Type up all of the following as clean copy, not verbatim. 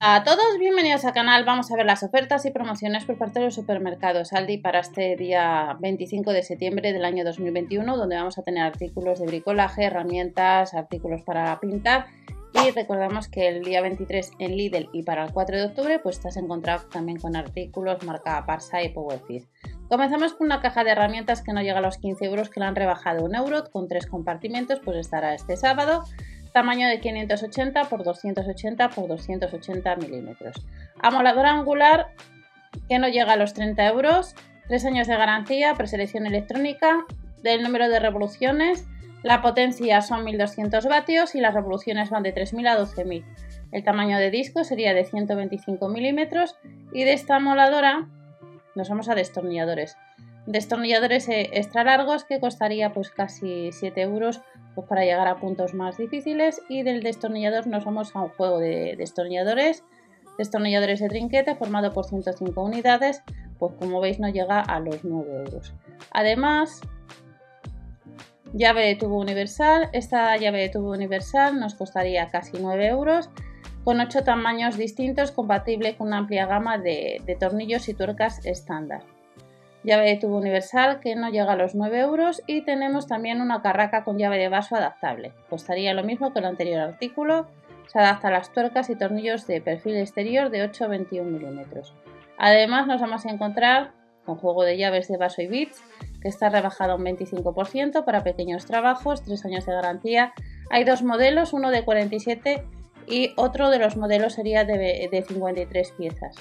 A todos, bienvenidos al canal. Vamos a ver las ofertas y promociones por parte de los supermercados Aldi para este día 25 de septiembre del año 2021, donde vamos a tener artículos de bricolaje, herramientas, artículos para pintar. Y recordamos que el día 23 en Lidl y para el 4 de octubre pues estás encontrado también con artículos marca Parsa y Powerfit. Comenzamos con una caja de herramientas que no llega a los 15 euros, que la han rebajado 1 euro con 3 compartimentos, pues estará este sábado. Tamaño de 580 x 280 x 280 milímetros. Amoladora angular que no llega a los 30 euros, 3 años de garantía, preselección electrónica, del número de revoluciones, la potencia son 1200 vatios y las revoluciones van de 3000 a 12000. El tamaño de disco sería de 125 milímetros y de esta amoladora nos vamos a destornilladores. Destornilladores extra largos que costaría pues casi 7 euros pues para llegar a puntos más difíciles, y del destornillador nos vamos a un juego de destornilladores de trinquete formado por 105 unidades, pues como veis no llega a los 9 euros. Además, llave de tubo universal. Esta llave de tubo universal nos costaría casi 9 euros con 8 tamaños distintos, compatible con una amplia gama de tornillos y tuercas estándar. Llave de tubo universal que no llega a los 9 euros, y tenemos también una carraca con llave de vaso adaptable. Costaría lo mismo que el anterior artículo. Se adapta a las tuercas y tornillos de perfil exterior de 8 a 21 milímetros. Además nos vamos a encontrar con juego de llaves de vaso y bits, que está rebajado un 25% para pequeños trabajos, 3 años de garantía. Hay dos modelos, uno de 47 y otro de los modelos sería de 53 piezas.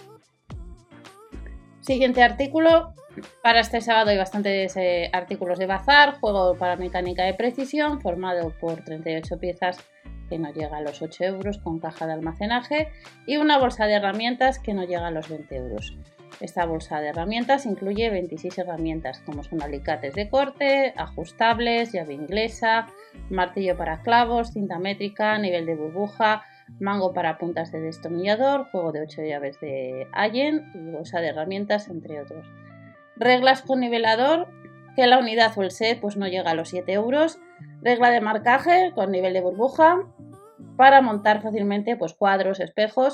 Siguiente artículo. Para este sábado hay bastantes artículos de bazar. Juego para mecánica de precisión formado por 38 piezas que no llega a los 8 euros con caja de almacenaje, y una bolsa de herramientas que no llega a los 20 euros. Esta bolsa de herramientas incluye 26 herramientas como son alicates de corte, ajustables, llave inglesa, martillo para clavos, cinta métrica, nivel de burbuja, mango para puntas de destornillador, juego de 8 llaves de Allen y bolsa de herramientas, entre otros. Reglas con nivelador, que la unidad o el set pues no llega a los 7 euros. Regla de marcaje con nivel de burbuja para montar fácilmente pues cuadros, espejos.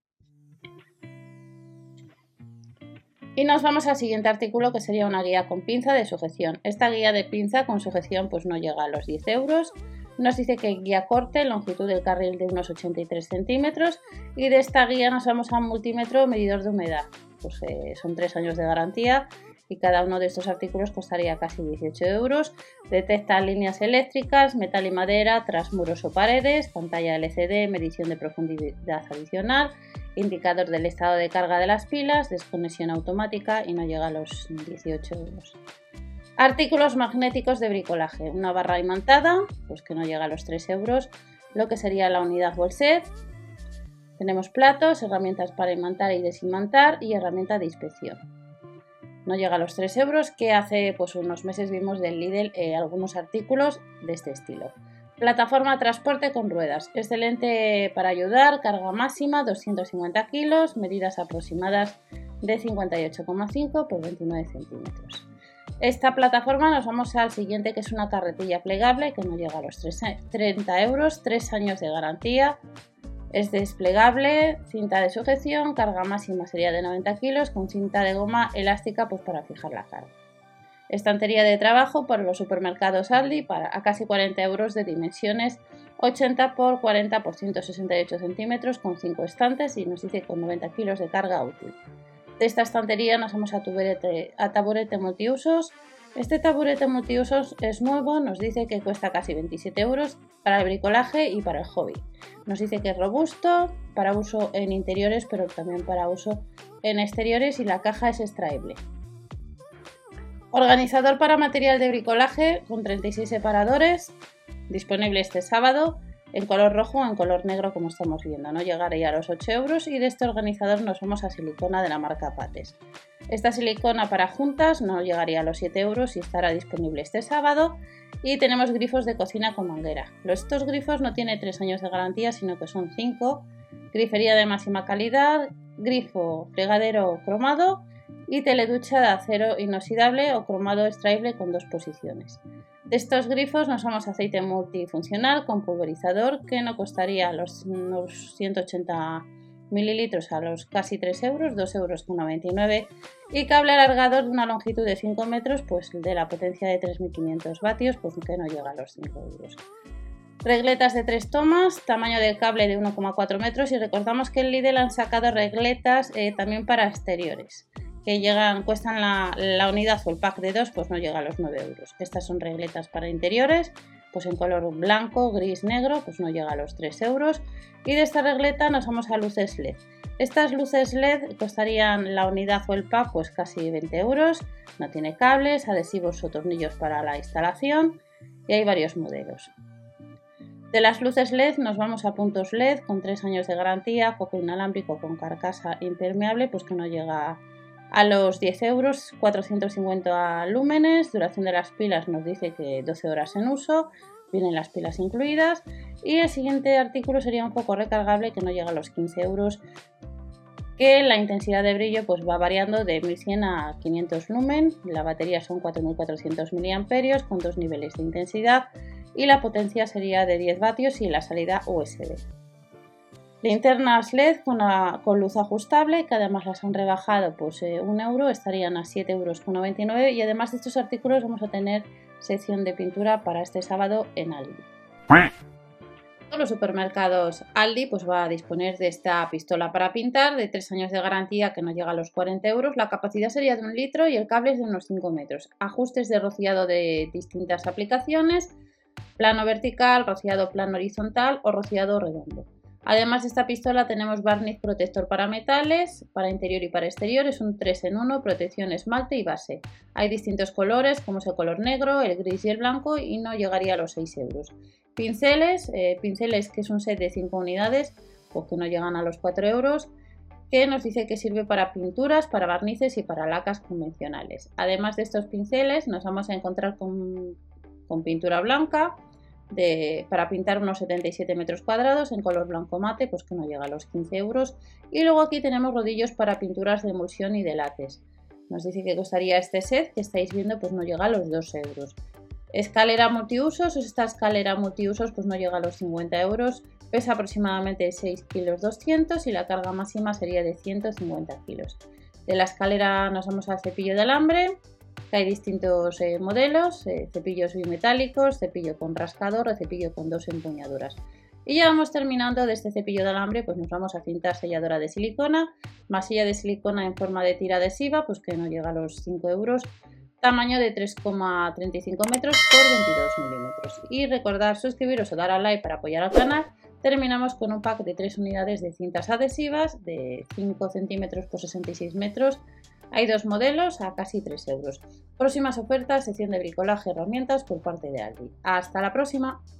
Y nos vamos al siguiente artículo, que sería una guía con pinza de sujeción. Esta guía de pinza con sujeción pues no llega a los 10 euros. Nos dice que guía corte, longitud del carril de unos 83 centímetros, y de esta guía nos vamos a un multímetro medidor de humedad. Pues son 3 años de garantía y cada uno de estos artículos costaría casi 18 euros. Detecta líneas eléctricas, metal y madera, tras muros o paredes, pantalla LCD, medición de profundidad adicional, indicador del estado de carga de las pilas, desconexión automática, y no llega a los 18 euros. Artículos magnéticos de bricolaje, una barra imantada, pues que no llega a los 3 euros, lo que sería la unidad o el set. Tenemos platos, herramientas para imantar y desimantar y herramienta de inspección. No llega a los 3 euros, que hace pues unos meses vimos del Lidl algunos artículos de este estilo. Plataforma transporte con ruedas, excelente para ayudar, carga máxima 250 kilos, medidas aproximadas de 58,5 por 29 centímetros. Esta plataforma nos vamos al siguiente, que es una carretilla plegable que no llega a los 30 euros, 3 años de garantía. Es desplegable, cinta de sujeción, carga máxima sería de 90 kilos con cinta de goma elástica pues para fijar la carga. Estantería de trabajo para los supermercados Aldi a casi 40 euros, de dimensiones 80 x 40 x 168 centímetros con 5 estantes, y nos dice con 90 kilos de carga útil. De esta estantería nos vamos a taburete multiusos. Este taburete multiusos es nuevo, nos dice que cuesta casi 27 euros para el bricolaje y para el hobby. Nos dice que es robusto para uso en interiores, pero también para uso en exteriores, y la caja es extraíble. Organizador para material de bricolaje con 36 separadores, disponible este sábado en color rojo o en color negro, como estamos viendo. No llegaría a los 8 euros, y de este organizador nos vamos a silicona de la marca Pates. Esta silicona para juntas no llegaría a los 7 euros y estará disponible este sábado. Y tenemos grifos de cocina con manguera. Estos grifos no tienen 3 años de garantía, sino que son 5. Grifería de máxima calidad, grifo fregadero cromado y teleducha de acero inoxidable o cromado extraíble con 2 posiciones. De estos grifos nos vamos a aceite multifuncional con pulverizador, que no costaría unos 180 mililitros a los casi 3 euros, 2,99 euros. Y cable alargador de una longitud de 5 metros, pues de la potencia de 3500 vatios, pues que no llega a los 5 euros. Regletas de 3 tomas, tamaño del cable de 1,4 metros, y recordamos que en Lidl han sacado regletas también para exteriores, que cuestan la unidad o el pack de 2, pues no llega a los 9 euros. Estas son regletas para interiores, pues en color blanco, gris, negro, pues no llega a los 3 euros. Y de esta regleta nos vamos a luces LED. Estas luces LED costarían la unidad o el pack pues casi 20 euros. No tiene cables, adhesivos o tornillos para la instalación y hay varios modelos. De las luces LED nos vamos a puntos LED con 3 años de garantía, foco inalámbrico con carcasa impermeable, pues que no llega a los 10 euros, 450 lúmenes, duración de las pilas nos dice que 12 horas en uso, vienen las pilas incluidas. Y el siguiente artículo sería un foco recargable que no llega a los 15 euros, que la intensidad de brillo pues va variando de 1100 a 500 lumen, la batería son 4400 mAh con 2 niveles de intensidad y la potencia sería de 10 vatios y la salida USB. Linternas LED con luz ajustable, que además las han rebajado pues 1 euro, estarían a 7,99 euros, y además de estos artículos vamos a tener sección de pintura para este sábado en Aldi. Todos los supermercados Aldi pues va a disponer de esta pistola para pintar de 3 años de garantía que no llega a los 40 euros, la capacidad sería de 1 litro y el cable es de unos 5 metros. Ajustes de rociado de distintas aplicaciones, plano vertical, rociado plano horizontal o rociado redondo. Además de esta pistola tenemos barniz protector para metales, para interior y para exterior, es un 3 en 1, protección esmalte y base. Hay distintos colores como es el color negro, el gris y el blanco y no llegaría a los 6 euros. Pinceles que es un set de 5 unidades, pues que no llegan a los 4 euros, que nos dice que sirve para pinturas, para barnices y para lacas convencionales. Además de estos pinceles nos vamos a encontrar con pintura blanca, para pintar unos 77 metros cuadrados en color blanco mate, pues que no llega a los 15 euros. Y luego aquí tenemos rodillos para pinturas de emulsión y de látex. Nos dice que costaría este set que estáis viendo, pues no llega a los 2 euros. Escalera multiusos, esta escalera multiusos pues no llega a los 50 euros, pesa aproximadamente 6 kilos 200 y la carga máxima sería de 150 kilos. De la escalera nos vamos al cepillo de alambre. Hay distintos modelos, cepillos bimetálicos, cepillo con rascador o cepillo con 2 empuñaduras. Y ya vamos terminando de este cepillo de alambre, pues nos vamos a cinta selladora de silicona, masilla de silicona en forma de tira adhesiva, pues que no llega a los 5 euros, tamaño de 3,35 metros por 22 milímetros. Y recordad suscribiros o dar al like para apoyar al canal. Terminamos con un pack de 3 unidades de cintas adhesivas de 5 centímetros por 66 metros. Hay 2 modelos a casi 3 euros. Próximas ofertas, sección de bricolaje, herramientas por parte de Aldi. ¡Hasta la próxima!